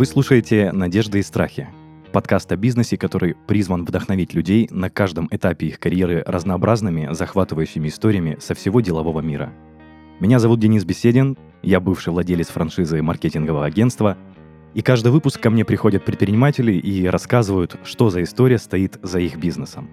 Вы слушаете «Надежды и страхи» — подкаст о бизнесе, который призван вдохновить людей на каждом этапе их карьеры разнообразными, захватывающими историями со всего делового мира. Меня зовут Денис Беседин, я бывший владелец франшизы маркетингового агентства, и каждый выпуск ко мне приходят предприниматели и рассказывают, что за история стоит за их бизнесом.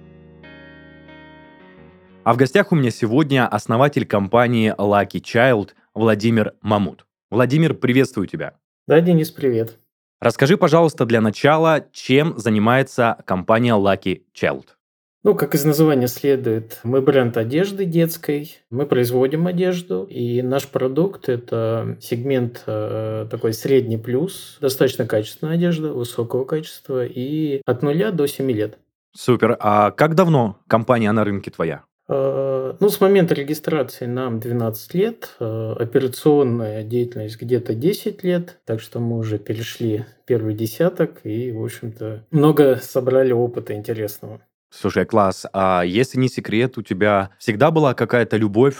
А в гостях у меня сегодня основатель компании Lucky Child Владимир Мамут. Владимир, приветствую тебя. Да, Денис, привет. Расскажи, пожалуйста, для начала, чем занимается компания Lucky Child. Как из названия следует, мы бренд одежды детской, мы производим одежду, и наш продукт – это сегмент такой средний плюс, достаточно качественная одежда, высокого качества, и от 0 до 7 лет. Супер. А как давно компания на рынке твоя? С момента регистрации нам 12 лет, операционная деятельность где-то 10 лет, так что мы уже перешли первый десяток и, в общем-то, много собрали опыта интересного. Слушай, класс. А если не секрет, у тебя всегда была какая-то любовь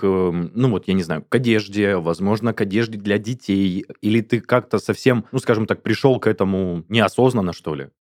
к одежде, возможно, к одежде для детей, или ты как-то совсем, пришел к этому неосознанно, что ли?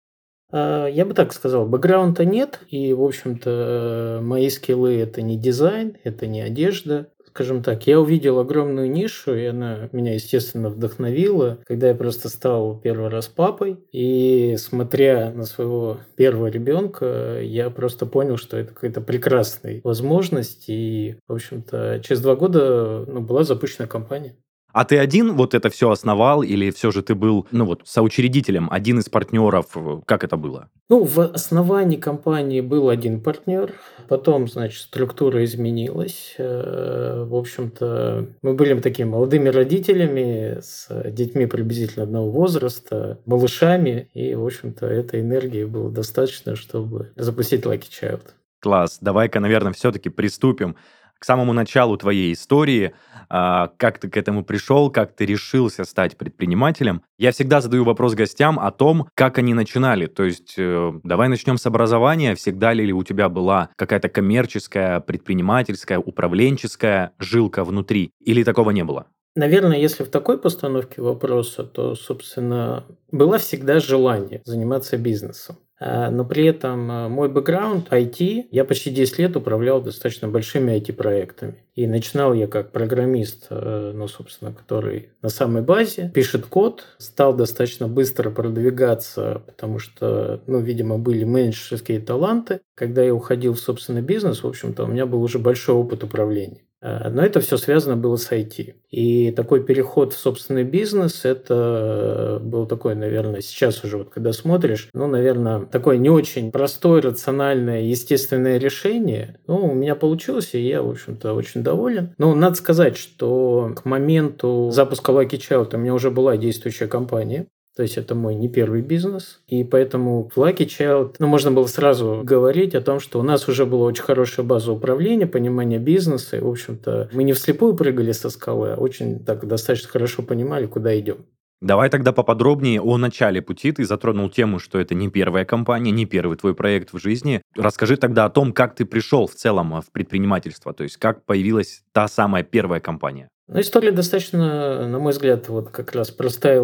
Я бы так сказал, бэкграунда нет, и, в общем-то, мои скиллы – это не дизайн, это не одежда. Скажем так, я увидел огромную нишу, и она меня, естественно, вдохновила, когда я просто стал первый раз папой, и смотря на своего первого ребенка, я просто понял, что это какая-то прекрасная возможность, и, в общем-то, через 2 года была запущена компания. А ты один вот это все основал, или все же ты был, соучредителем, один из партнеров? Как это было? В основании компании был один партнер, потом, структура изменилась. В общем-то, мы были такими молодыми родителями с детьми приблизительно одного возраста, малышами, и, в общем-то, этой энергии было достаточно, чтобы запустить Lucky Child. Класс. Давай-ка, наверное, все-таки приступим к самому началу твоей истории. Как ты к этому пришел, как ты решился стать предпринимателем. Я всегда задаю вопрос гостям о том, как они начинали. То есть давай начнем с образования. Всегда ли у тебя была какая-то коммерческая, предпринимательская, управленческая жилка внутри? Или такого не было? Наверное, если в такой постановке вопроса, то, собственно, было всегда желание заниматься бизнесом. Но при этом мой бэкграунд IT, я почти 10 лет управлял достаточно большими IT-проектами. И начинал я как программист, который на самой базе пишет код, стал достаточно быстро продвигаться, потому что, видимо, были менеджерские таланты. Когда я уходил в собственный бизнес, в общем-то, у меня был уже большой опыт управления. Но это все связано было с IT. И такой переход в собственный бизнес, это был такой, наверное, сейчас уже, когда смотришь, такое не очень простое, рациональное, естественное решение. У меня получилось, и я, в общем-то, очень доволен. Но надо сказать, что к моменту запуска Lucky Child у меня уже была действующая компания. То есть это мой не первый бизнес. И поэтому в Lucky Child можно было сразу говорить о том, что у нас уже была очень хорошая база управления, понимания бизнеса. И, в общем-то, мы не вслепую прыгали со скалы, а очень так достаточно хорошо понимали, куда идем. Давай тогда поподробнее о начале пути. Ты затронул тему, что это не первая компания, не первый твой проект в жизни. Расскажи тогда о том, как ты пришел в целом в предпринимательство, то есть как появилась та самая первая компания. История достаточно, на мой взгляд, как раз простая и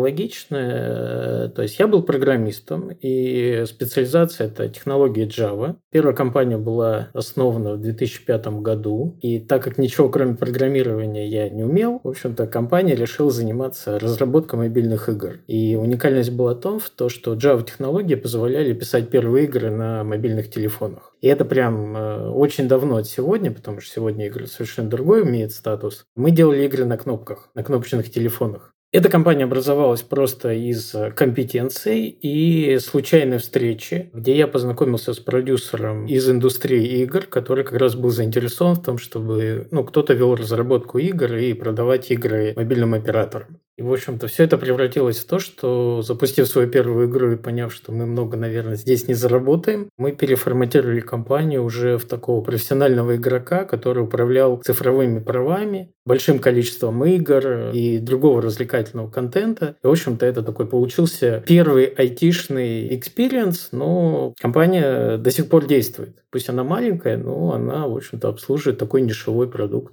логичная. То есть я был программистом, и специализация – это технологии Java. Первая компания была основана в 2005 году, и так как ничего кроме программирования я не умел, в общем-то, компания решила заниматься разработкой мобильных игр. И уникальность была в том, что Java-технологии позволяли писать первые игры на мобильных телефонах. И это прям очень давно от сегодня, потому что сегодня игры совершенно другой имеют статус. Мы делали игры на кнопках, на кнопочных телефонах. Эта компания образовалась просто из компетенций и случайной встречи, где я познакомился с продюсером из индустрии игр, который как раз был заинтересован в том, чтобы кто-то вел разработку игр и продавать игры мобильным операторам. И, в общем-то, все это превратилось в то, что, запустив свою первую игру и поняв, что мы много, наверное, здесь не заработаем, мы переформатировали компанию уже в такого профессионального игрока, который управлял цифровыми правами, большим количеством игр и другого развлекательного контента. И, в общем-то, это такой получился первый айтишный экспириенс, но компания до сих пор действует. Пусть она маленькая, но она, в общем-то, обслуживает такой нишевой продукт.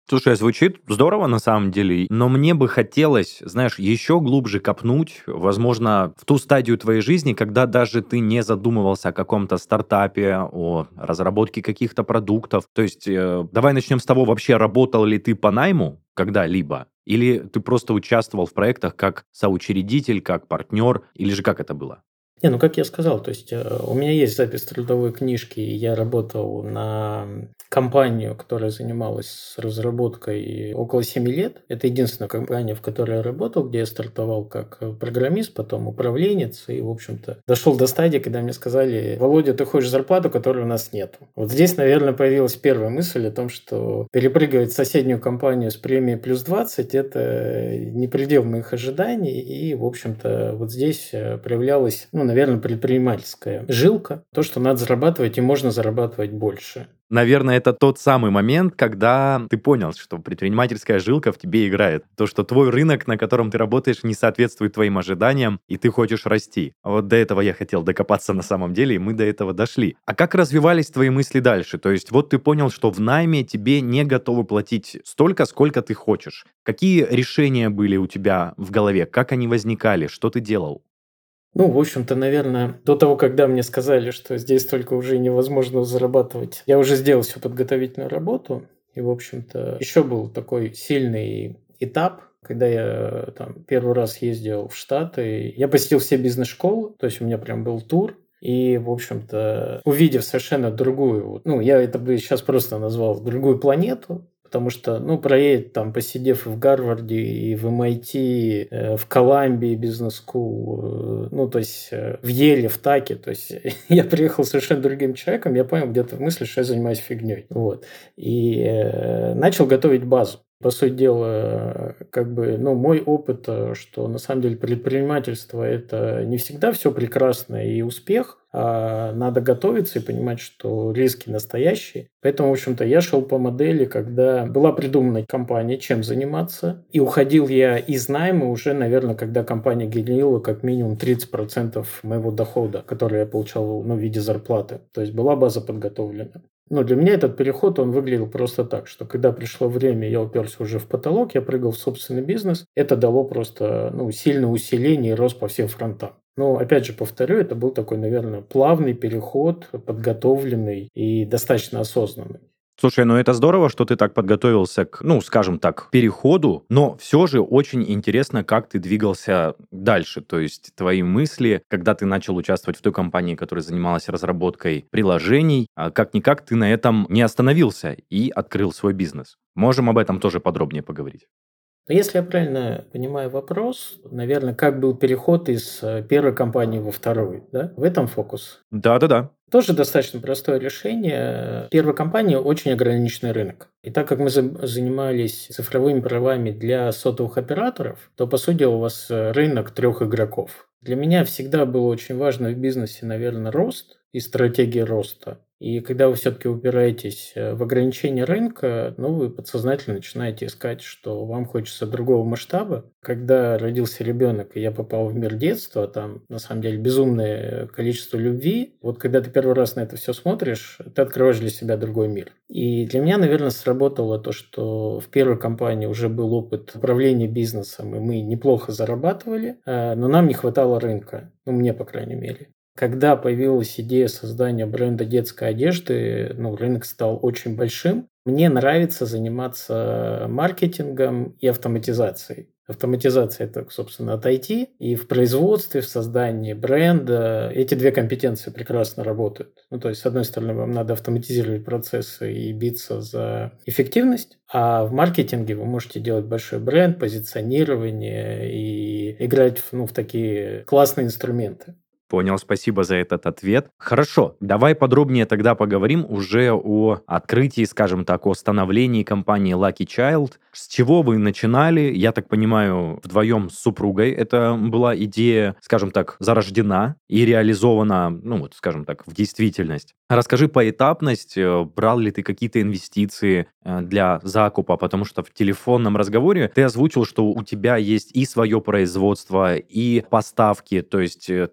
Слушай, звучит здорово на самом деле, но мне бы хотелось, знаешь, еще глубже копнуть, возможно, в ту стадию твоей жизни, когда даже ты не задумывался о каком-то стартапе, о разработке каких-то продуктов. То есть, давай начнем с того, вообще работал ли ты по найму когда-либо, или ты просто участвовал в проектах как соучредитель, как партнер, или же как это было? Не, ну как я сказал, то есть у меня есть запись трудовой книжки, и я работал на компанию, которая занималась разработкой около 7 лет. Это единственная компания, в которой я работал, где я стартовал как программист, потом управленец, и, в общем-то, дошел до стадии, когда мне сказали: Володя, ты хочешь зарплату, которой у нас нет. Вот здесь, наверное, появилась первая мысль о том, что перепрыгивать в соседнюю компанию с премией плюс 20 – это не предел моих ожиданий, и, в общем-то, вот здесь проявлялась, ну, наверное, предпринимательская жилка, то, что надо зарабатывать и можно зарабатывать больше. Наверное, это тот самый момент, когда ты понял, что предпринимательская жилка в тебе играет. То, что твой рынок, на котором ты работаешь, не соответствует твоим ожиданиям, и ты хочешь расти. А вот до этого я хотел докопаться на самом деле, и мы до этого дошли. А как развивались твои мысли дальше? То есть вот ты понял, что в найме тебе не готовы платить столько, сколько ты хочешь. Какие решения были у тебя в голове? Как они возникали? Что ты делал? Ну, в общем-то, наверное, до того, когда мне сказали, что здесь только уже невозможно зарабатывать, я уже сделал всю подготовительную работу. И, в общем-то, еще был такой сильный этап, когда я там первый раз ездил в Штаты. Я посетил все бизнес-школы, то есть у меня прям был тур. И, в общем-то, увидев совершенно другую, ну, я это бы сейчас просто назвал другую планету, потому что, ну, проедет там, посидев и в Гарварде, и в MIT, в Колумбии бизнес-скул, ну, то есть в Еле, в Таке, то есть я приехал совершенно другим человеком, я понял где-то в мысли, что я занимаюсь фигней, вот, и начал готовить базу. По сути дела, как бы, ну, мой опыт, что на самом деле предпринимательство – это не всегда все прекрасно и успех, а надо готовиться и понимать, что риски настоящие. Поэтому, в общем-то, я шел по модели, когда была придумана компания, чем заниматься, и уходил я из найма уже, наверное, когда компания генерила как минимум 30% моего дохода, который я получал, ну, в виде зарплаты. То есть была база подготовлена. Но для меня этот переход, он выглядел просто так, что когда пришло время, я уперся уже в потолок, я прыгал в собственный бизнес. Это дало просто, ну, сильное усиление и рост по всем фронтам. Но, опять же, повторю, это был такой, наверное, плавный переход, подготовленный и достаточно осознанный. Слушай, ну это здорово, что ты так подготовился к, ну, скажем так, переходу, но все же очень интересно, как ты двигался дальше. То есть твои мысли, когда ты начал участвовать в той компании, которая занималась разработкой приложений, как-никак ты на этом не остановился и открыл свой бизнес. Можем об этом тоже подробнее поговорить. Но если я правильно понимаю вопрос, наверное, как был переход из первой компании во вторую, да? В этом фокус. Да-да-да. Тоже достаточно простое решение. Первая компания – очень ограниченный рынок. И так как мы занимались цифровыми правами для сотовых операторов, то, по сути, у вас рынок 3 игроков. Для меня всегда было очень важно в бизнесе, наверное, рост и стратегия роста. И когда вы все-таки упираетесь в ограничение рынка, ну, вы подсознательно начинаете искать, что вам хочется другого масштаба. Когда родился ребенок, и я попал в мир детства, там, на самом деле, безумное количество любви. Вот когда ты первый раз на это все смотришь, ты открываешь для себя другой мир. И для меня, наверное, сработало то, что в первой компании уже был опыт управления бизнесом, и мы неплохо зарабатывали, но нам не хватало рынка. Ну, мне, по крайней мере. Когда появилась идея создания бренда детской одежды, ну, рынок стал очень большим. Мне нравится заниматься маркетингом и автоматизацией. Автоматизация – это, собственно, от IT, и в производстве, в создании бренда эти две компетенции прекрасно работают. Ну, то есть, с одной стороны, вам надо автоматизировать процессы и биться за эффективность, а в маркетинге вы можете делать большой бренд, позиционирование и играть в такие классные инструменты. Понял, спасибо за этот ответ. Хорошо, давай подробнее тогда поговорим уже о открытии, скажем так, о становлении компании Lucky Child. С чего вы начинали? Я так понимаю, вдвоем с супругой это была идея, скажем так, зарождена и реализована, ну вот, скажем так, в действительность. Расскажи поэтапность, брал ли ты какие-то инвестиции для закупа, потому что в телефонном разговоре ты озвучил, что у тебя есть и свое производство, и поставки, то есть ты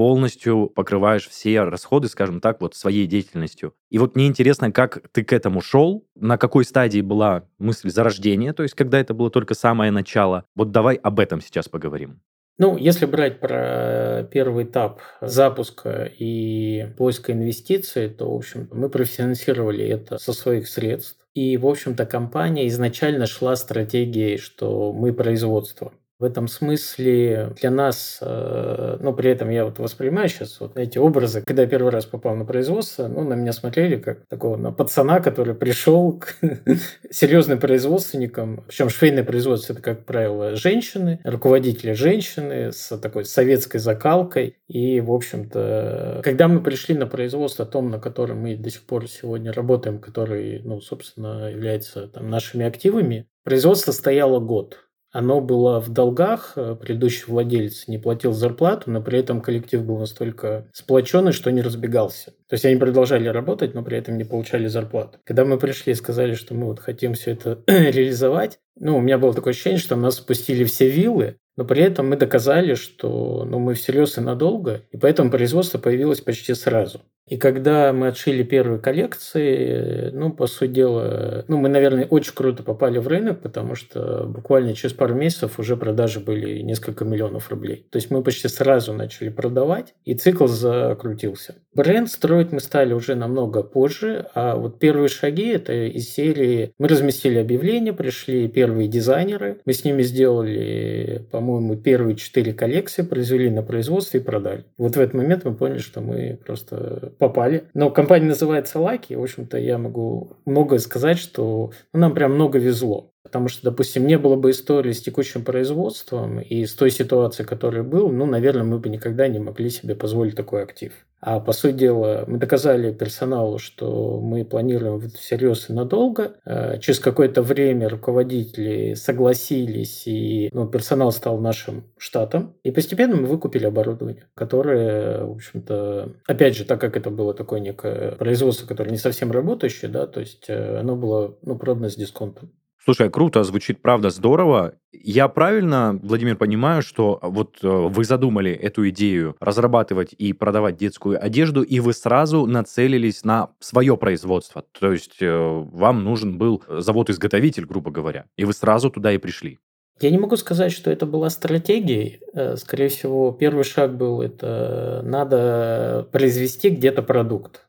полностью покрываешь все расходы, скажем так, вот своей деятельностью. И вот мне интересно, как ты к этому шел, на какой стадии была мысль зарождения, то есть когда это было только самое начало. Вот давай об этом сейчас поговорим. Ну, если брать про первый этап запуска и поиска инвестиций, то, в общем, мы профинансировали это со своих средств. И, в общем-то, компания изначально шла стратегией, что мы производство. В этом смысле для нас, ну, при этом я вот воспринимаю сейчас вот эти образы, когда я первый раз попал на производство, ну, на меня смотрели как такого на пацана, который пришел к серьезным производственникам. Причем швейное производство – это, как правило, женщины, руководители женщины с такой советской закалкой. И, в общем-то, когда мы пришли на производство, том, на котором мы до сих пор сегодня работаем, который, ну, собственно, является там, нашими активами, производство стояло год. Оно было в долгах, предыдущий владелец не платил зарплату, но при этом коллектив был настолько сплоченный, что не разбегался. То есть они продолжали работать, но при этом не получали зарплату. Когда мы пришли и сказали, что мы вот хотим все это реализовать, ну, у меня было такое ощущение, что нас спустили все вилы, но при этом мы доказали, что ну, мы всерьез и надолго, и поэтому производство появилось почти сразу. И когда мы отшили первые коллекции, ну, по сути дела, ну, мы, наверное, очень круто попали в рынок, потому что буквально через пару месяцев уже продажи были несколько миллионов рублей. То есть мы почти сразу начали продавать, и цикл закрутился. Бренд строить мы стали уже намного позже, а вот первые шаги – это из серии мы разместили объявление, пришли первые дизайнеры, мы с ними сделали, по-моему, первые 4 коллекции, произвели на производстве и продали. Вот в этот момент мы поняли, что мы просто попали. Но компания называется Lucky. В общем-то, я могу многое сказать, что нам прям много везло. Потому что, допустим, не было бы истории с текущим производством и с той ситуацией, которая была, ну, наверное, мы бы никогда не могли себе позволить такой актив. А по сути дела, мы доказали персоналу, что мы планируем всерьез и надолго. Через какое-то время руководители согласились, и персонал стал нашим штатом. И постепенно мы выкупили оборудование, которое, в общем-то, опять же, так как это было такое некое производство, которое не совсем работающее, да, то есть оно было продано с дисконтом. Слушай, круто, звучит правда здорово. Я правильно, Владимир, понимаю, что вот вы задумали эту идею разрабатывать и продавать детскую одежду, и вы сразу нацелились на свое производство. То есть вам нужен был завод-изготовитель, грубо говоря, и вы сразу туда и пришли. Я не могу сказать, что это была стратегией. Скорее всего, первый шаг был, это надо произвести где-то продукт.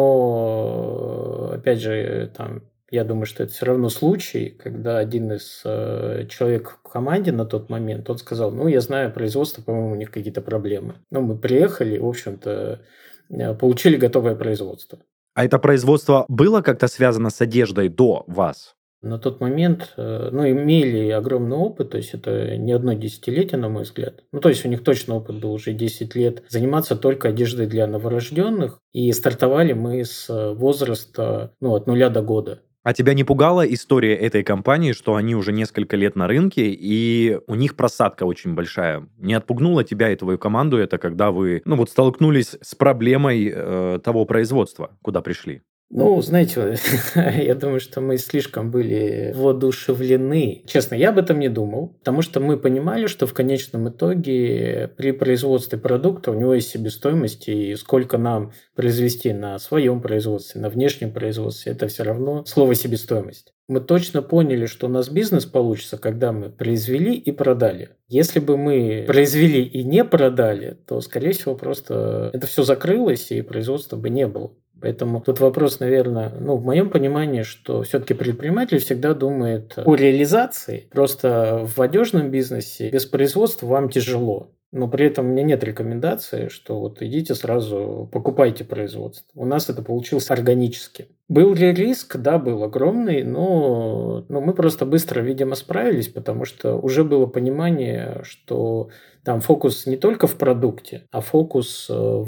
Но, опять же, там, я думаю, что это все равно случай, когда один из человек в команде на тот момент, он сказал, я знаю производство, по-моему, у них какие-то проблемы. Мы приехали, в общем-то, получили готовое производство. А это производство было как-то связано с одеждой до вас? На тот момент, имели огромный опыт, то есть это не одно десятилетие, на мой взгляд. То есть у них точно опыт был уже 10 лет заниматься только одеждой для новорожденных. И стартовали мы с возраста, от 0 до года. А тебя не пугала история этой компании, что они уже несколько лет на рынке, и у них просадка очень большая? Не отпугнула тебя и твою команду это, когда вы, столкнулись с проблемой того производства, куда пришли? Знаете, я думаю, что мы слишком были воодушевлены. Честно, я об этом не думал, потому что мы понимали, что в конечном итоге при производстве продукта у него есть себестоимость, и сколько нам произвести на своем производстве, на внешнем производстве, это все равно слово себестоимость. Мы точно поняли, что у нас бизнес получится, когда мы произвели и продали. Если бы мы произвели и не продали, то, скорее всего, просто это все закрылось, и производства бы не было. Поэтому тут вопрос, наверное, в моем понимании, что все-таки предприниматель всегда думает о реализации. Просто в одежном бизнесе без производства вам тяжело. Но при этом у меня нет рекомендации, что идите сразу покупайте производство. У нас это получилось органически. Был ли риск? Да, был огромный, но мы просто быстро, видимо, справились, потому что уже было понимание, что там фокус не только в продукте, а фокус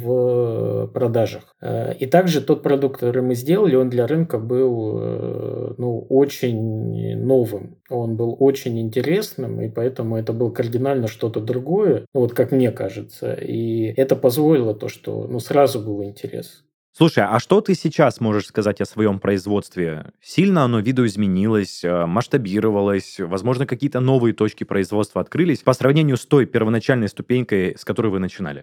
в продажах. И также тот продукт, который мы сделали, он для рынка был очень новым. Он был очень интересным, и поэтому это было кардинально что-то другое, как мне кажется. И это позволило то, что сразу был интерес. Слушай, а что ты сейчас можешь сказать о своем производстве? Сильно оно видоизменилось, масштабировалось, возможно, какие-то новые точки производства открылись по сравнению с той первоначальной ступенькой, с которой вы начинали?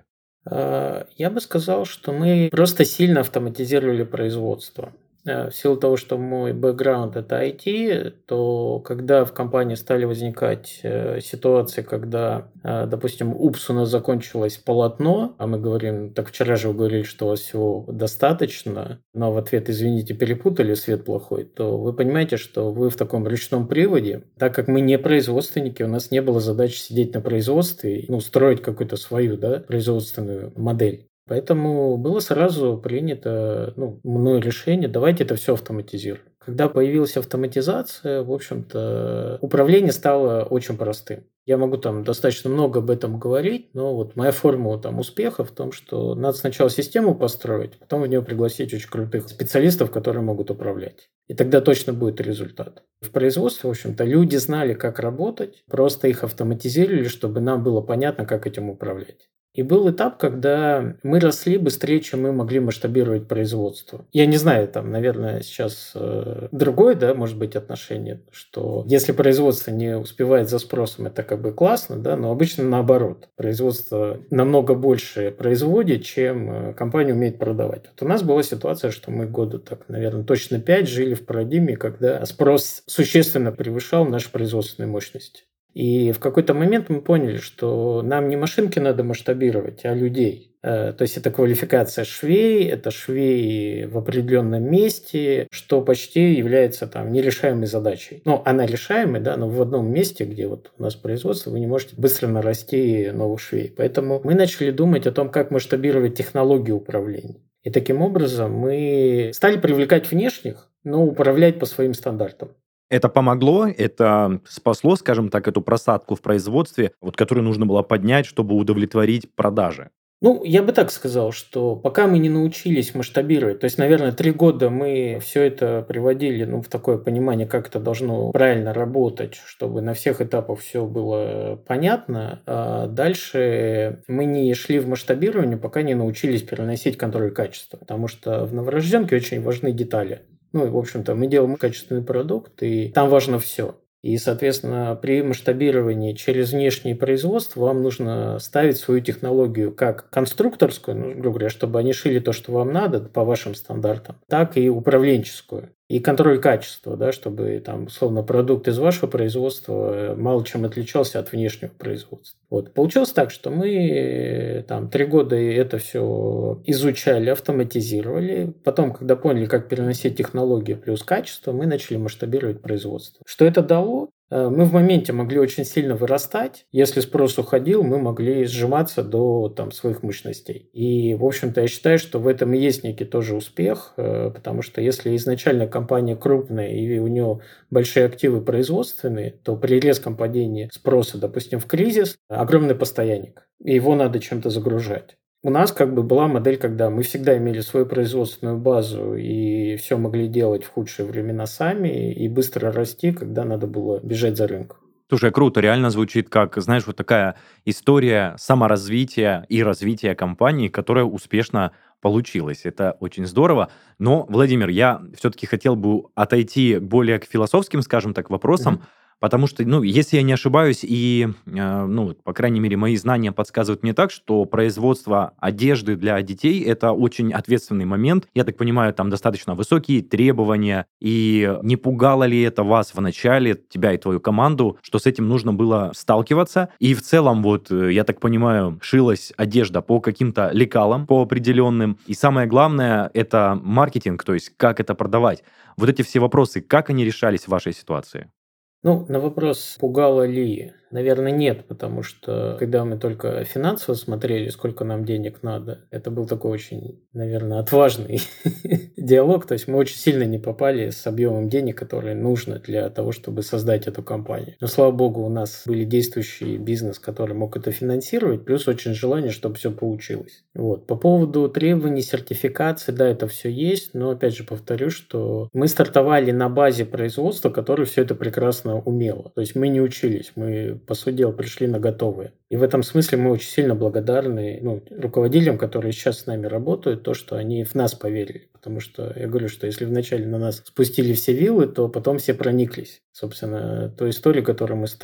Я бы сказал, что мы просто сильно автоматизировали производство. В силу того, что мой бэкграунд – это IT, то когда в компании стали возникать ситуации, когда, допустим, упс, у нас закончилось полотно, а мы говорим, так вчера же вы говорили, что у вас всего достаточно, но в ответ, извините, перепутали, свет плохой, то вы понимаете, что вы в таком ручном приводе, так как мы не производственники, у нас не было задачи сидеть на производстве, строить какую-то свою, производственную модель. Поэтому было сразу принято, мною решение, давайте это все автоматизируем. Когда появилась автоматизация, в общем-то, управление стало очень простым. Я могу там достаточно много об этом говорить, но вот моя формула там успеха в том, что надо сначала систему построить, потом в нее пригласить очень крутых специалистов, которые могут управлять. И тогда точно будет результат. В производстве, в общем-то, люди знали, как работать, просто их автоматизировали, чтобы нам было понятно, как этим управлять. И был этап, когда мы росли быстрее, чем мы могли масштабировать производство. Я не знаю, там, наверное, сейчас другое, может быть, отношение, что если производство не успевает за спросом, это как бы классно, но обычно наоборот. Производство намного больше производит, чем компания умеет продавать. Вот у нас была ситуация, что мы года, так, наверное, точно 5 жили в парадигме, когда спрос существенно превышал наши производственные мощности. И в какой-то момент мы поняли, что нам не машинки надо масштабировать, а людей. То есть это квалификация швей, это швей в определенном месте, что почти является там нерешаемой задачей. Она решаемая, но в одном месте, где вот у нас производство, вы не можете быстро нарасти новых швей. Поэтому мы начали думать о том, как масштабировать технологию управления. И таким образом мы стали привлекать внешних, но управлять по своим стандартам. Это помогло, это спасло, скажем так, эту просадку в производстве, вот которую нужно было поднять, чтобы удовлетворить продажи. Я бы так сказал, что пока мы не научились масштабировать, то есть, наверное, 3 года мы все это приводили в такое понимание, как это должно правильно работать, чтобы на всех этапах все было понятно, а дальше мы не шли в масштабирование, пока не научились переносить контроль качества, потому что в новорожденке очень важны детали. И, в общем-то, мы делаем качественный продукт, и там важно все. И, соответственно, при масштабировании через внешнее производство вам нужно ставить свою технологию как конструкторскую, грубо говоря, чтобы они шили то, что вам надо по вашим стандартам, так и управленческую. И контроль качества, чтобы там, условно, продукт из вашего производства мало чем отличался от внешнего производства. Получилось так, что мы там 3 года это все изучали, автоматизировали. Потом, когда поняли, как переносить технологии плюс качество, мы начали масштабировать производство. Что это дало? Мы в моменте могли очень сильно вырастать. Если спрос уходил, мы могли сжиматься до своих мощностей. И, в общем-то, я считаю, что в этом и есть некий тоже успех, потому что если изначально компания крупная и у нее большие активы производственные, то при резком падении спроса, допустим, в кризис, огромный постоянник, и его надо чем-то загружать. У нас была модель, когда мы всегда имели свою производственную базу и все могли делать в худшие времена сами и быстро расти, когда надо было бежать за рынком. Слушай, круто, реально звучит как, знаешь, вот такая история саморазвития и развития компании, которая успешно получилась. Это очень здорово. Но, Владимир, я все-таки хотел бы отойти более к философским, скажем так, вопросам, потому что, если я не ошибаюсь, и, по крайней мере, мои знания подсказывают мне так, что производство одежды для детей– это очень ответственный момент. Я так понимаю, там достаточно высокие требования. И не пугало ли это вас в начале, тебя и твою команду, что с этим нужно было сталкиваться? И в целом, я так понимаю, шилась одежда по каким-то лекалам, по определенным. И самое главное– это маркетинг, то есть как это продавать. Вот эти все вопросы, как они решались в вашей ситуации? На вопрос, пугало ли, наверное, нет, потому что когда мы только финансово смотрели, сколько нам денег надо, это был такой очень, наверное, отважный диалог. То есть мы очень сильно не попали с объемом денег, которые нужно для того, чтобы создать эту компанию. Но, слава богу, у нас были действующий бизнес, который мог это финансировать, плюс очень желание, чтобы все получилось. По поводу требований, сертификации, да, это все есть, но, опять же, повторю, что мы стартовали на базе производства, которое все это прекрасно умело. То есть мы не учились, мы, по сути дела, пришли на готовые. И в этом смысле мы очень сильно благодарны руководителям, которые сейчас с нами работают, то, что они в нас поверили. Потому что я говорю, что если вначале на нас спустили все вилы, то потом все прониклись, собственно, той историей, которую мы строим.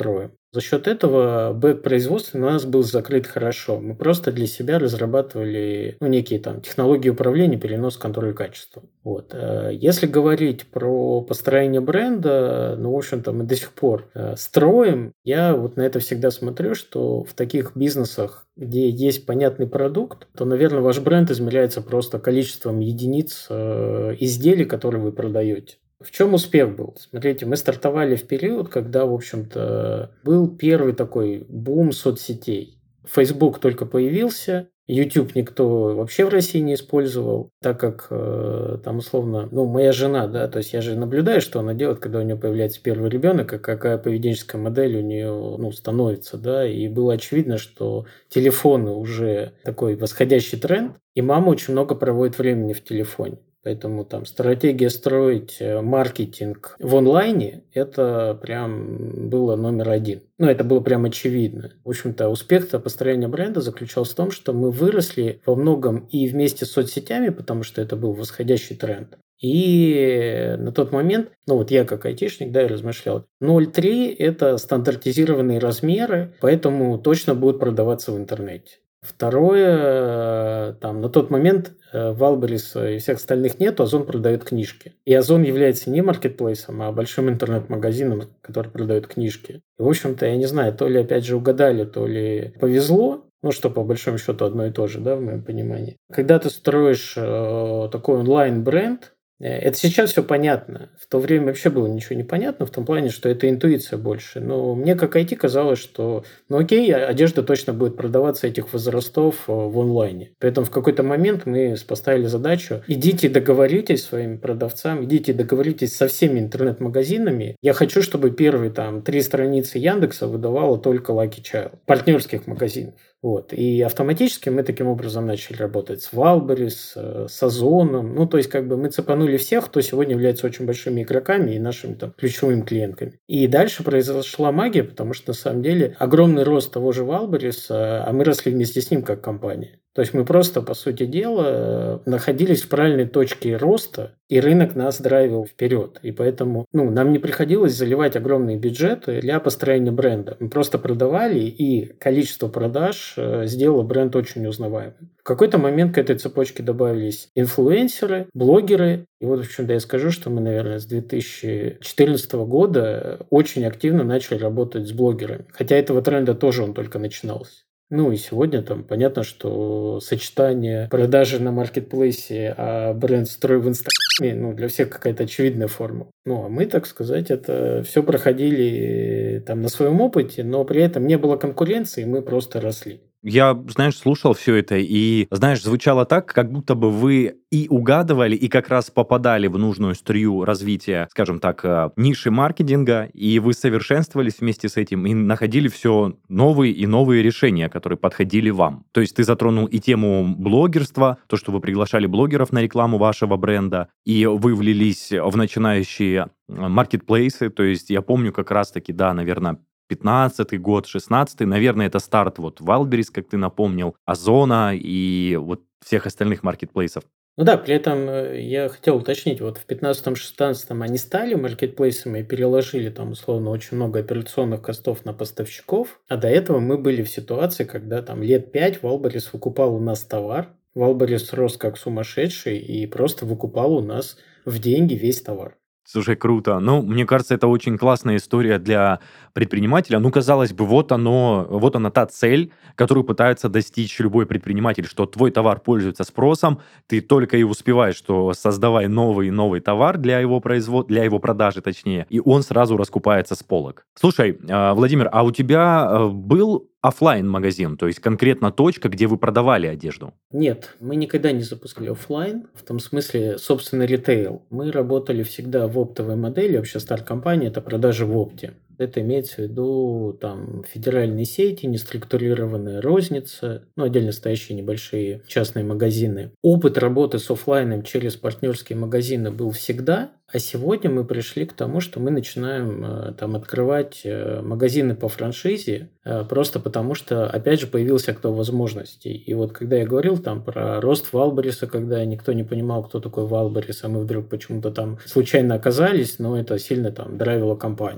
За счет этого бэк-производство у нас был закрыт хорошо. Мы просто для себя разрабатывали некие там технологии управления, перенос, контроль качества. Вот. Если говорить про построение бренда, в общем-то, мы до сих пор строим. Я вот на это всегда смотрю, что в таких бизнесах, где есть понятный продукт, то, наверное, ваш бренд измеряется просто количеством единиц изделий, которые вы продаете. В чем успех был? Смотрите, мы стартовали в период, когда, в общем-то, был первый такой бум соцсетей. Facebook только появился, YouTube никто вообще в России не использовал, так как там условно, моя жена, да, то есть я же наблюдаю, что она делает, когда у нее появляется первый ребенок, и какая поведенческая модель у нее, становится, да, и было очевидно, что телефоны уже такой восходящий тренд, и мама очень много проводит времени в телефоне. Поэтому там стратегия строить маркетинг в онлайне, это прям было номер один. Это было прям очевидно. В общем-то, успех построения бренда заключался в том, что мы выросли во многом и вместе с соцсетями, потому что это был восходящий тренд. И на тот момент, я как айтишник, да, я размышлял, 0,3 – это стандартизированные размеры, поэтому точно будут продаваться в интернете. Второе, на тот момент Wildberries и всех остальных нету, Озон продает книжки. И Озон является не маркетплейсом, а большим интернет-магазином, который продает книжки. И, в общем-то, я не знаю, то ли опять же угадали, то ли повезло, что по большому счету одно и то же, да, в моем понимании. Когда ты строишь такой онлайн-бренд, это сейчас все понятно. В то время вообще было ничего не понятно, в том плане, что это интуиция больше. Но мне как IT казалось, что, окей, одежда точно будет продаваться этих возрастов в онлайне. Поэтому в какой-то момент мы поставили задачу: идите договоритесь с своими продавцами, идите договоритесь со всеми интернет-магазинами. Я хочу, чтобы первые 3 страницы Яндекса выдавала только Lucky Child, партнерских магазинов. Вот. И автоматически мы таким образом начали работать с Wildberries, с Озоном. То есть, мы цепанули всех, кто сегодня является очень большими игроками и нашими ключевыми клиентами. И дальше произошла магия, потому что, на самом деле, огромный рост того же Wildberries, а мы росли вместе с ним как компания. То есть мы просто, по сути дела, находились в правильной точке роста, и рынок нас драйвил вперед. И поэтому нам не приходилось заливать огромные бюджеты для построения бренда. Мы просто продавали, и количество продаж сделало бренд очень узнаваемым. В какой-то момент к этой цепочке добавились инфлюенсеры, блогеры. И вот, в общем-то, я скажу, что мы, наверное, с 2014 года очень активно начали работать с блогерами. Хотя этого тренда тоже он только начинался. И сегодня понятно, что сочетание продажи на маркетплейсе, а бренд строй в Инстаграме, для всех какая-то очевидная формула. А мы, так сказать, это все проходили на своем опыте, но при этом не было конкуренции, мы просто росли. Я, слушал все это, и, звучало так, как будто бы вы и угадывали, и как раз попадали в нужную струю развития, скажем так, ниши маркетинга, и вы совершенствовались вместе с этим, и находили все новые и новые решения, которые подходили вам. То есть ты затронул и тему блогерства, то, что вы приглашали блогеров на рекламу вашего бренда, и вы влились в начинающие маркетплейсы, то есть я помню как раз-таки, да, наверное, 15-й год, 16-й, наверное, это старт Wildberries, как ты напомнил, Озона и всех остальных маркетплейсов. Да, при этом я хотел уточнить, в 15-16 они стали маркетплейсами и переложили условно очень много операционных костов на поставщиков, а до этого мы были в ситуации, когда лет 5 Wildberries выкупал у нас товар, Wildberries рос как сумасшедший и просто выкупал у нас в деньги весь товар. Слушай, круто. Мне кажется, это очень классная история для предпринимателя. Казалось бы, вот она та цель, которую пытается достичь любой предприниматель, что твой товар пользуется спросом, ты только и успеваешь, что создавай новый и новый товар для его для его продажи, точнее, и он сразу раскупается с полок. Слушай, Владимир, а у тебя был офлайн-магазин, то есть конкретно точка, где вы продавали одежду? Нет, мы никогда не запускали офлайн, в том смысле собственный ритейл. Мы работали всегда в оптовой модели, вообще старт-компания – это продажи в опте. Это имеется в виду федеральные сети, неструктурированная розница, отдельно стоящие небольшие частные магазины. Опыт работы с офлайном через партнерские магазины был всегда, а сегодня мы пришли к тому, что мы начинаем открывать магазины по франшизе, просто потому что, опять же, появилась окно возможностей. И когда я говорил про рост Wildberries, когда никто не понимал, кто такой Wildberries, а мы вдруг почему-то случайно оказались, но это сильно драйвило компанию.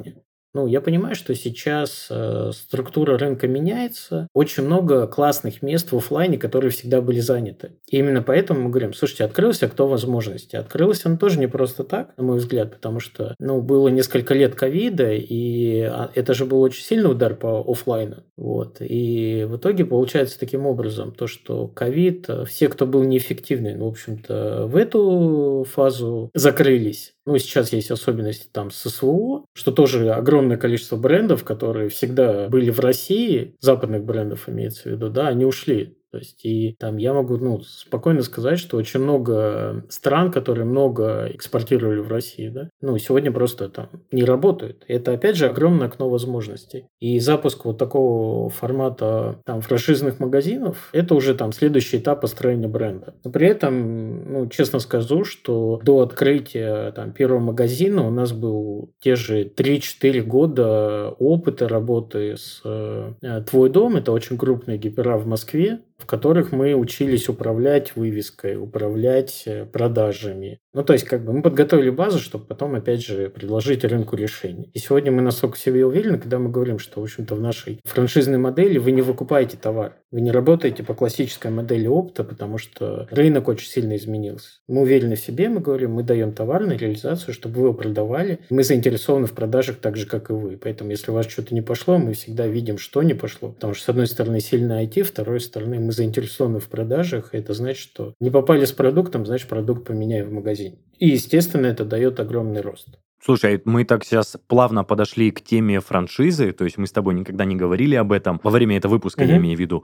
Ну, я понимаю, что сейчас структура рынка меняется. Очень много классных мест в оффлайне, которые всегда были заняты. И именно поэтому мы говорим, слушайте, открылось окно возможностей. Открылось оно тоже не просто так, на мой взгляд, потому что, было несколько лет ковида, и это же был очень сильный удар по оффлайну. Вот. И в итоге получается таким образом, то, что ковид, все, кто был неэффективный, в общем-то, в эту фазу закрылись. Сейчас есть особенности там с СВО, что тоже огромное количество брендов, которые всегда были в России, западных брендов имеется в виду, да, они ушли. То есть, и там я могу спокойно сказать, что очень много стран, которые много экспортировали в Россию, да, сегодня просто там не работают. Это, опять же, огромное окно возможностей. И запуск вот такого формата там франшизных магазинов, это уже там следующий этап построения бренда. Но при этом, честно скажу, что до открытия там первого магазина у нас был те же 3-4 года опыта работы с «Твой дом». Это очень крупные гипера в Москве, в которых мы учились управлять вывеской, управлять продажами. То есть, мы подготовили базу, чтобы потом, опять же, предложить рынку решение. И сегодня мы настолько в себе уверены, когда мы говорим, что, в общем-то, в нашей франшизной модели вы не выкупаете товар. Вы не работаете по классической модели опыта, потому что рынок очень сильно изменился. Мы уверены в себе, мы говорим, мы даем товар на реализацию, чтобы вы его продавали. Мы заинтересованы в продажах так же, как и вы. Поэтому, если у вас что-то не пошло, мы всегда видим, что не пошло. Потому что, с одной стороны, сильный IT, с второй стороны, мы заинтересованы в продажах. И это значит, что не попали с продуктом, значит, продукт поменяем в магазине. И, естественно, это дает огромный рост. Слушай, мы так сейчас плавно подошли к теме франшизы, то есть мы с тобой никогда не говорили об этом, во время этого выпуска я имею в виду,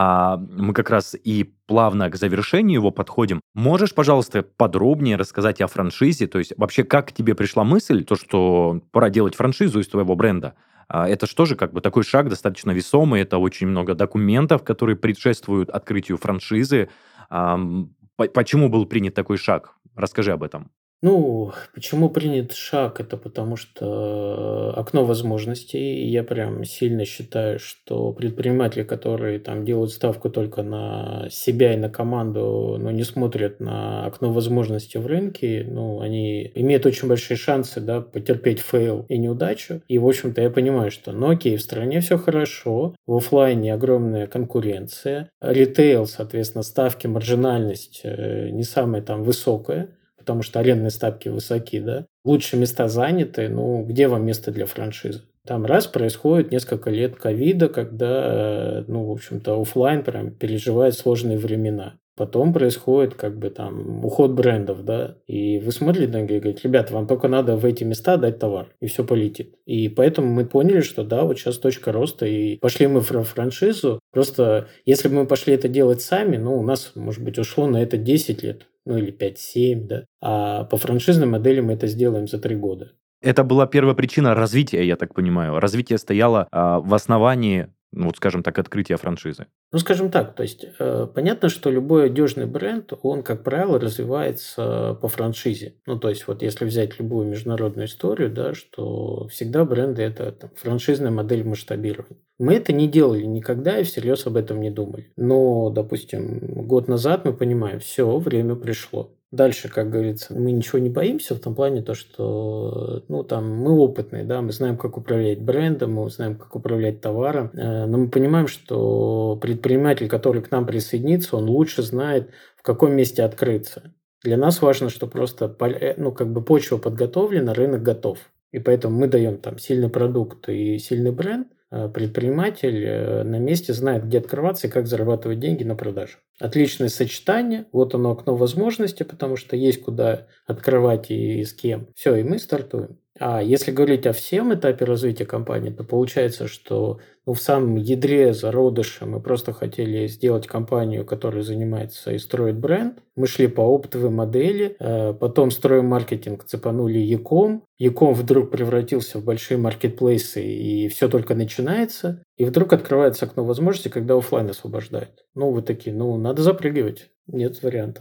мы как раз и плавно к завершению его подходим. Можешь, пожалуйста, подробнее рассказать о франшизе, то есть вообще как к тебе пришла мысль, то, что пора делать франшизу из твоего бренда? Это что же такой шаг достаточно весомый, это очень много документов, которые предшествуют открытию франшизы. Почему был принят такой шаг? Расскажи об этом. Почему принят шаг? Это потому что окно возможностей. Я прям сильно считаю, что предприниматели, которые там делают ставку только на себя и на команду, но не смотрят на окно возможностей в рынке, они имеют очень большие шансы, да, потерпеть фейл и неудачу. И, в общем-то, я понимаю, что, окей, в стране все хорошо, в оффлайне огромная конкуренция, ритейл, соответственно, ставки, маржинальность не самая там высокая, потому что арендные ставки высоки, да, лучшие места заняты, где вам место для франшизы? Там раз происходит несколько лет ковида, когда, в общем-то, оффлайн прям переживает сложные времена. Потом происходит уход брендов, да, и вы смотрите и говорите, ребята, вам только надо в эти места дать товар, и все полетит. И поэтому мы поняли, что да, вот сейчас точка роста, и пошли мы в франшизу. Просто если бы мы пошли это делать сами, у нас, может быть, ушло на это 10 лет, или 5-7, да. А по франшизной модели мы это сделаем за 3 года. Это была первая причина развития, я так понимаю. Развитие стояло в основании, скажем так, открытия франшизы. Скажем так, то есть понятно, что любой одежный бренд, он, как правило, развивается по франшизе. То есть вот если взять любую международную историю, да, что всегда бренды – это франшизная модель масштабирования. Мы это не делали никогда и всерьез об этом не думали. Но, допустим, год назад мы понимаем, все, время пришло. Дальше, как говорится, мы ничего не боимся в том плане, то, что мы опытные, да, мы знаем, как управлять брендом, мы знаем, как управлять товаром, но мы понимаем, что предприниматель, который к нам присоединится, он лучше знает, в каком месте открыться. Для нас важно, что просто почва подготовлена, рынок готов. И поэтому мы даем там сильный продукт и сильный бренд, предприниматель на месте знает, где открываться и как зарабатывать деньги на продаже. Отличное сочетание. Вот оно окно возможностей, потому что есть куда открывать и с кем. Все, и мы стартуем. А если говорить о всем этапе развития компании, то получается, что в самом ядре зародыша мы просто хотели сделать компанию, которая занимается и строит бренд. Мы шли по оптовой модели, потом строим маркетинг, цепанули Яком. Яком вдруг превратился в большие маркетплейсы, и все только начинается. И вдруг открывается окно возможностей, когда офлайн освобождает. Вы такие, надо запрыгивать. Нет вариантов.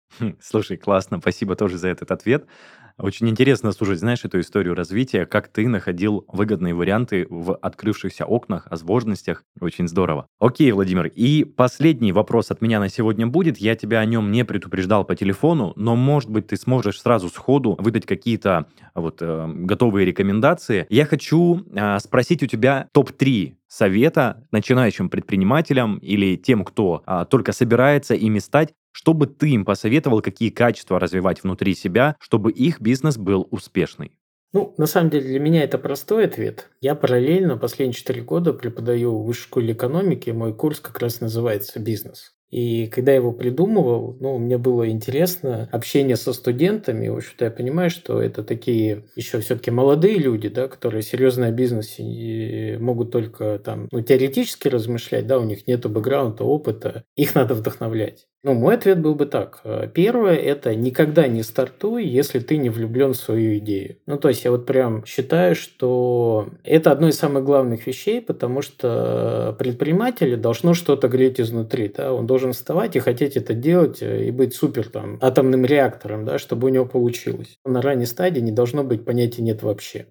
Слушай, классно, спасибо тоже за этот ответ. Очень интересно слушать, знаешь, эту историю развития, как ты находил выгодные варианты в открывшихся окнах, возможностях. Очень здорово. Окей, Владимир, и последний вопрос от меня на сегодня будет. Я тебя о нем не предупреждал по телефону, но, может быть, ты сможешь сразу сходу выдать какие-то готовые рекомендации. Я хочу спросить у тебя топ-3 совета начинающим предпринимателям или тем, кто только собирается ими стать, что бы ты им посоветовал, какие качества развивать внутри себя, чтобы их бизнес был успешный? Ну, на самом деле, для меня это простой ответ. Я параллельно последние 4 года преподаю в Высшей школе экономики, мой курс как раз называется «Бизнес». И когда я его придумывал, мне было интересно общение со студентами. В общем-то, я понимаю, что это такие еще все-таки молодые люди, да, которые серьезно о бизнесе могут только там, теоретически размышлять, да, у них нет бэкграунда, опыта, их надо вдохновлять. Мой ответ был бы так. Первое – это никогда не стартуй, если ты не влюблен в свою идею. То есть я вот прям считаю, что это одно из самых главных вещей, потому что предпринимателя должно что-то греть изнутри. Да? Он должен вставать и хотеть это делать, и быть супер там, атомным реактором, да, чтобы у него получилось. На ранней стадии не должно быть понятия «нет» вообще.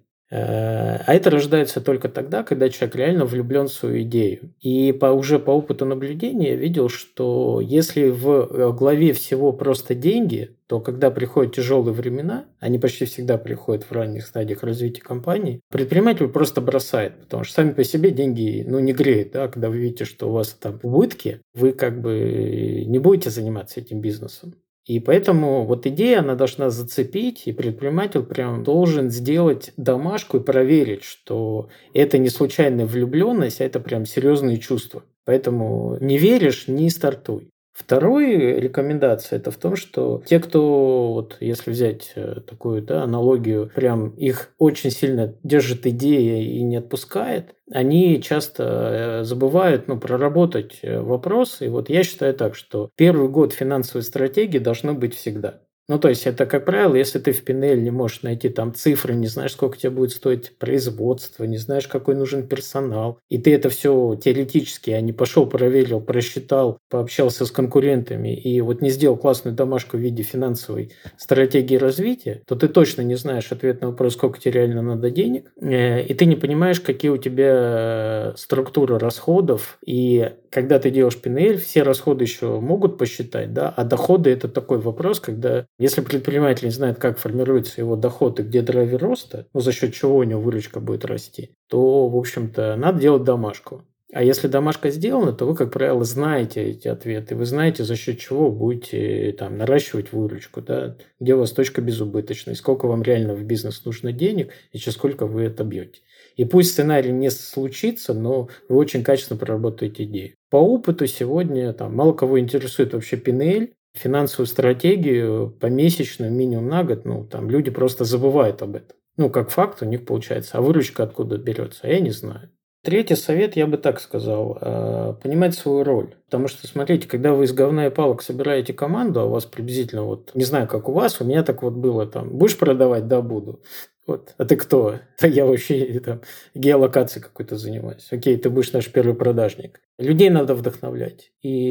А это рождается только тогда, когда человек реально влюблен в свою идею. И уже по опыту наблюдения я видел, что если в главе всего просто деньги, то когда приходят тяжелые времена, они почти всегда приходят в ранних стадиях развития компании, предприниматель просто бросает, потому что сами по себе деньги не греют. Да? Когда вы видите, что у вас там убытки, вы как бы не будете заниматься этим бизнесом. И поэтому вот идея, она должна зацепить, и предприниматель прям должен сделать домашку и проверить, что это не случайная влюбленность, а это прям серьезные чувства. Поэтому не веришь – не стартуй. Вторая рекомендация – это в том, что те, кто, если взять такую аналогию, прям их очень сильно держит идея и не отпускает, они часто забывают проработать вопрос. И я считаю так, что первый год финансовой стратегии должно быть всегда. То есть это, как правило, если ты в P&L не можешь найти там цифры, не знаешь, сколько тебе будет стоить производство, не знаешь, какой нужен персонал, и ты это все теоретически, а не пошел, проверил, просчитал, пообщался с конкурентами и не сделал классную домашку в виде финансовой стратегии развития, то ты точно не знаешь ответ на вопрос, сколько тебе реально надо денег, и ты не понимаешь, какие у тебя структуры расходов, и когда ты делаешь P&L, все расходы еще могут посчитать, да, а доходы – это такой вопрос, когда если предприниматель не знает, как формируется его доход и где драйвер роста, за счет чего у него выручка будет расти, то, в общем-то, надо делать домашку. А если домашка сделана, то вы, как правило, знаете эти ответы. Вы знаете, за счет чего будете там наращивать выручку, да, где у вас точка безубыточной, сколько вам реально в бизнес нужно денег и через сколько вы это бьете. И пусть сценарий не случится, но вы очень качественно проработаете идею. По опыту сегодня мало кого интересует вообще P&L, финансовую стратегию помесячную, минимум на год, люди просто забывают об этом. Как факт у них получается. А выручка откуда берется, я не знаю. Третий совет, я бы так сказал, понимать свою роль. Потому что, смотрите, когда вы из говна и палок собираете команду, а у вас приблизительно, не знаю, как у вас, у меня так было, будешь продавать? Да, буду. А ты кто? Я вообще геолокацией какой-то занимаюсь. Окей, ты будешь наш первый продажник. Людей надо вдохновлять. И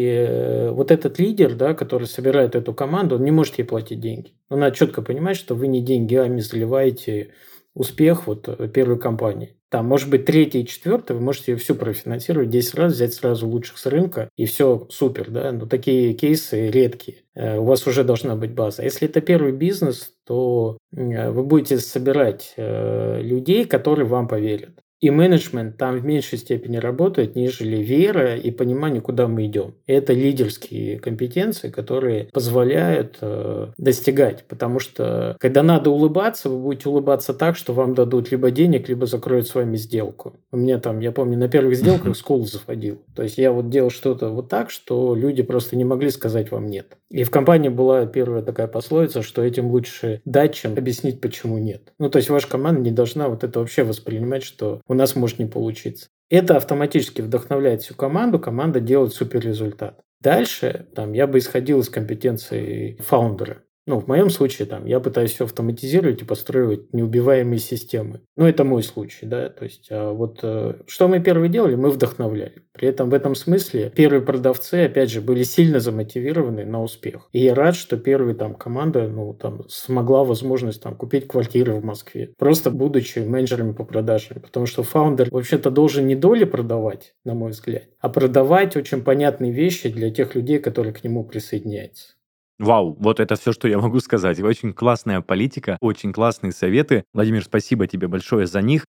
этот лидер, да, который собирает эту команду, он не может ей платить деньги. Но надо четко понимать, что вы не деньгами заливаете успех первой компании. Там, может быть, третий и четвертый, вы можете ее всю профинансировать 10 раз, взять сразу лучших с рынка, и все супер, да. Но такие кейсы редкие. У вас уже должна быть база. Если это первый бизнес, то вы будете собирать людей, которые вам поверят. И менеджмент там в меньшей степени работает, нежели вера и понимание, куда мы идем. Это лидерские компетенции, которые позволяют достигать. Потому что, когда надо улыбаться, вы будете улыбаться так, что вам дадут либо денег, либо закроют с вами сделку. У меня я помню, на первых сделках скул заходил. То есть я делал что-то так, что люди просто не могли сказать вам нет. И в компании была первая такая пословица, что этим лучше дать, чем объяснить, почему нет. То есть ваша команда не должна это вообще воспринимать, что у нас может не получиться. Это автоматически вдохновляет всю команду, команда делает суперрезультат. Дальше я бы исходил из компетенции фаундера. Ну, в моем случае, там, я пытаюсь все автоматизировать и построить неубиваемые системы. Ну, это мой случай, да. То есть, что мы первые делали, мы вдохновляли. При этом в этом смысле первые продавцы, опять же, были сильно замотивированы на успех. И я рад, что первая там команда, смогла возможность там купить квартиры в Москве, просто будучи менеджерами по продажам. Потому что фаундер вообще-то должен не доли продавать, на мой взгляд, а продавать очень понятные вещи для тех людей, которые к нему присоединяются. Вау, вот это все, что я могу сказать. Очень классная политика, очень классные советы. Владимир, спасибо тебе большое за них.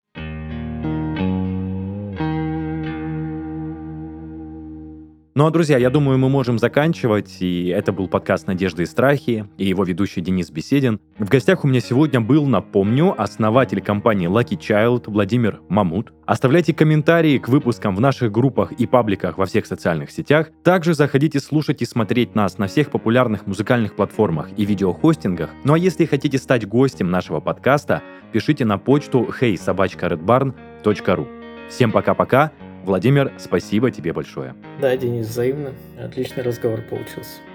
Ну а, друзья, я думаю, мы можем заканчивать. И это был подкаст «Надежды и страхи» и его ведущий Денис Беседин. В гостях у меня сегодня был, напомню, основатель компании Lucky Child Владимир Мамут. Оставляйте комментарии к выпускам в наших группах и пабликах во всех социальных сетях. Также заходите слушать и смотреть нас на всех популярных музыкальных платформах и видеохостингах. Ну а если хотите стать гостем нашего подкаста, пишите на почту hey@redbarn.ru. Всем пока-пока. Владимир, спасибо тебе большое. Да, Денис, взаимно. Отличный разговор получился.